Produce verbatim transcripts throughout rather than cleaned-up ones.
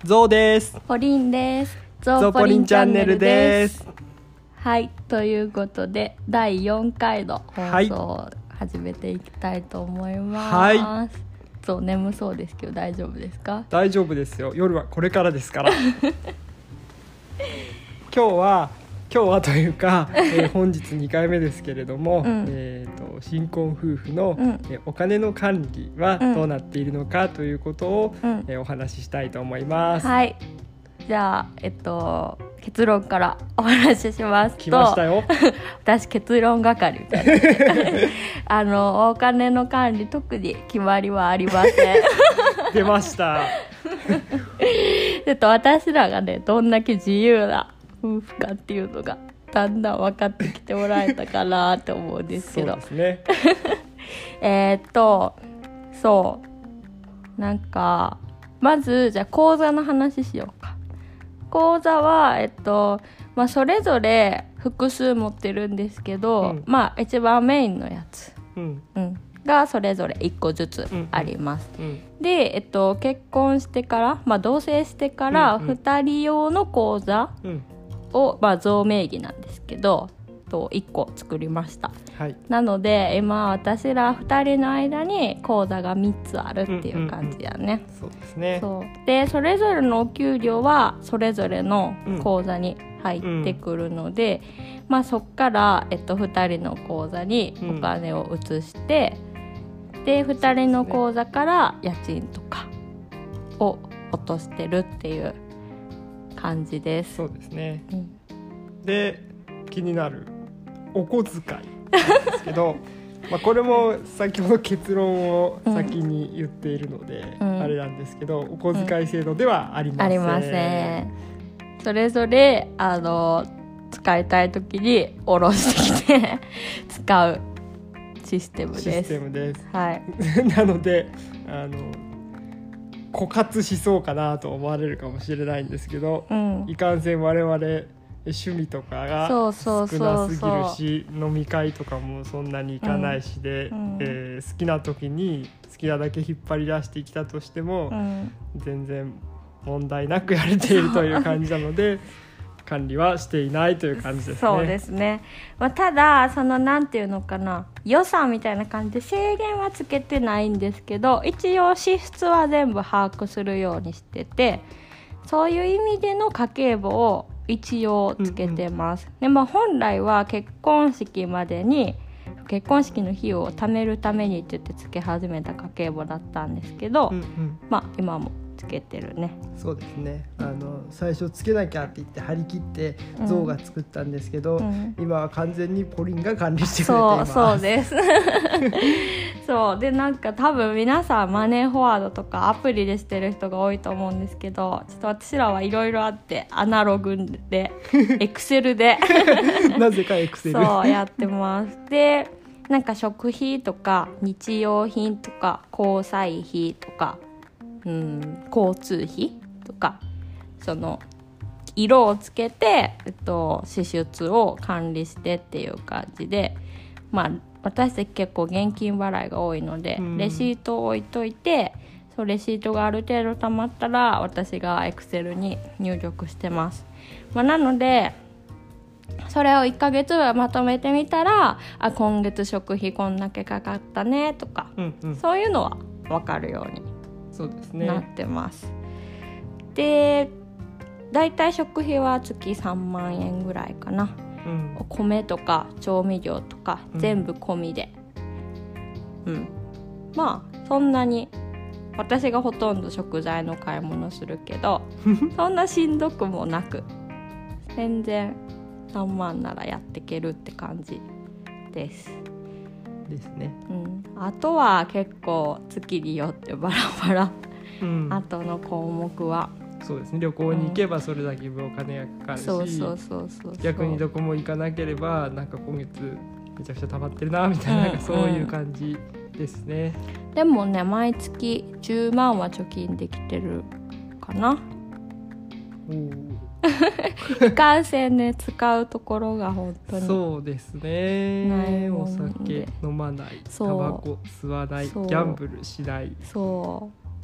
ゾウです。 ポリンです。 ゾウポリンチャンネルです。 はい、ということでだいよんかいの放送を始めていきたいと思います。はい、そう眠そうですけど大丈夫ですか？ 大丈夫ですよ。夜はこれからですから。今日は今日はというか、えー、本日にかいめですけれども、うん、えーと、新婚夫婦の、うんえー、お金の管理はどうなっているのかということを、うんえー、お話ししたいと思います。 はい、じゃあ、えっと、結論からお話ししますと、 来ましたよ。 私結論係みたいなあのお金の管理特に決まりはありません。 出ましたちょっと私らがねどんだけ自由な夫婦かっていうのがだんだん分かってきてもらえたかなと思うんですけど。 そうですね。 えっとそうなんかまずじゃあ口座の話しようか。口座はえっとまあそれぞれ複数持ってるんですけど、うん、まあ一番メインのやつ、うんうん、がそれぞれいっこずつあります、うんうん、で、えっと、結婚してから、まあ、同棲してからふたり用の口座を、まあ、贈名義なんですけどといっこ作りました、はい、なので今私らふたりの間に口座がみっつあるっていう感じやね、 うんうんうん、そうですね。 そうでそれぞれのお給料はそれぞれの口座に入ってくるので、うんまあ、そっから、えっと、ふたりの口座にお金を移して、うん、でふたりの口座から家賃とかを落としてるっていう感じです。 そうですね、うん、で気になるお小遣いなんですけどまあこれも先ほど結論を先に言っているので、うん、あれなんですけどお小遣い制度ではありません、 ありません。それぞれあの使いたい時に下ろしてきて使うシステムです。 システムです、 はい、 なのであの枯渇しそうかなと思われるかもしれないんですけど、うん、いかんせん我々趣味とかが少なすぎるし飲み会とかもそんなに行かないしで、うんえー、好きな時に好きなだけ引っ張り出してきたとしても、うん、全然問題なくやれているという感じなので管理はしていないという感じですね。 そうですね、まあ、ただそのなんていうのかな予算みたいな感じで制限はつけてないんですけど一応支出は全部把握するようにしててそういう意味での家計簿を一応つけてます、うんうんでまあ、本来は結婚式までに結婚式の費用を貯めるためにって言ってつけ始めた家計簿だったんですけど、うんうんまあ、今もつけてるね。 そうですね。あの最初つけなきゃって言って張り切ってゾウが作ったんですけど、うん、今は完全にポリンが管理してくれています。 そう、そうですそうでなんか多分皆さんマネーフォワードとかアプリでしてる人が多いと思うんですけどちょっと私らはいろいろあってアナログでエクセルでなぜかエクセルそうやってます。でなんか食費とか日用品とか交際費とかうん交通費とかその色をつけて、えっと、支出を管理してっていう感じで、まあ、私たち結構現金払いが多いので、うん、レシートを置いといてそうレシートがある程度溜まったら私がエクセルに入力してます、まあ、なのでそれをいっかげつまとめてみたらあ今月食費こんだけかかったねとか、うんうん、そういうのは分かるようにそうですね、 なってます。でだいたい食費は月さんまんえんぐらいかな、うん、お米とか調味料とか全部込みで、うん、うん、まあそんなに私がほとんど食材の買い物するけどそんなしんどくもなく全然さんまんならやっていけるって感じですですね、 うん、あとは結構月によってバラバラ、うん、あとの項目はそうですね旅行に行けばそれだけ分お金がかかるし、そうそうそうそう逆にどこも行かなければなんか今月めちゃくちゃ溜まってるなみたいな、うん、なんかそういう感じですね、 うん、でもね毎月じゅうまんは貯金できてるかな。いかんせんね使うところが本当にそうですね。お酒飲まないタバコ吸わないギャンブルしないそう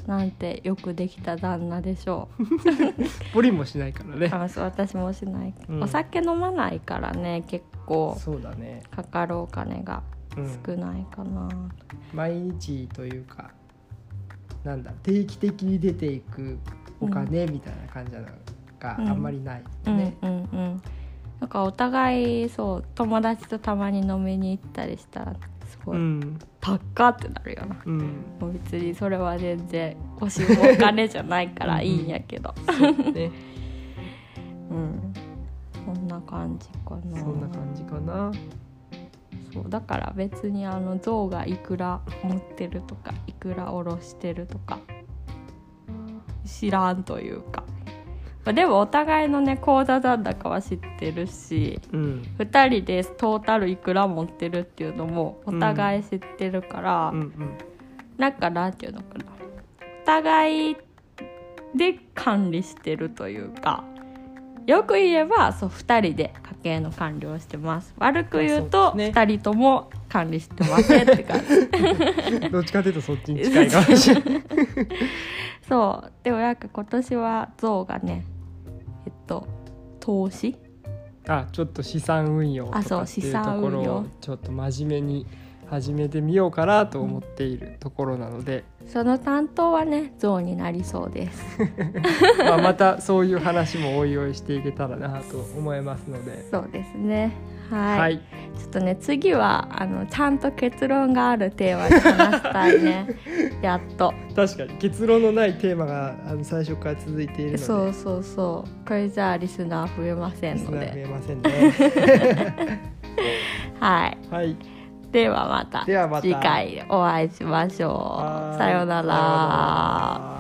なんてよくできた旦那でしょうポリもしないからね。 あ、そう、私もしない、 うん、 お酒飲まないからね、結構そうだね、 かかるお金が少ないかな、うん、 毎日というかなんだ定期的に出ていくお金みたいな感じなのがあんまりないよね、 うんうんうんうん、なんかお互いそう友達とたまに飲みに行ったりしたらすごい、うん、高ってなるよな、うん、もう別にそれは全然おしもお金じゃないからいいんやけどそうね、うん、そんな感じかな。 そんな感じかな。 そうだから別にあの象がいくら持ってるとかいくら下ろしてるとか知らんというか、でもお互いのね口座残高は知ってるし、うん、ふたりでトータルいくら持ってるっていうのもお互い知ってるから、うんうんうん、なんかなんていうのかな、お互いで管理してるというか、よく言えばそうふたりで家計の管理をしてます。悪く言うとふたりとも管理してませんって感じどっちかというとそっちに近いかもしれないそうでもなんか今年は象がねえっと投資あちょっと資産運用とかっていうところをちょっと真面目に始めてみようかなと思っているところなので、 うん、その担当はね象になりそうですまあまたそういう話もおいおいしていけたらなと思いますので。 そうですね、はい、はい、ちょっとね次はあのちゃんと結論があるテーマで話したいねやっと確かに結論のないテーマがあの最初から続いているので、 そうそうそう、これじゃあリスナー増えませんので、 リスナー増えませんねはい、 はい、 ではまた次回お会いしましょう。さようなら。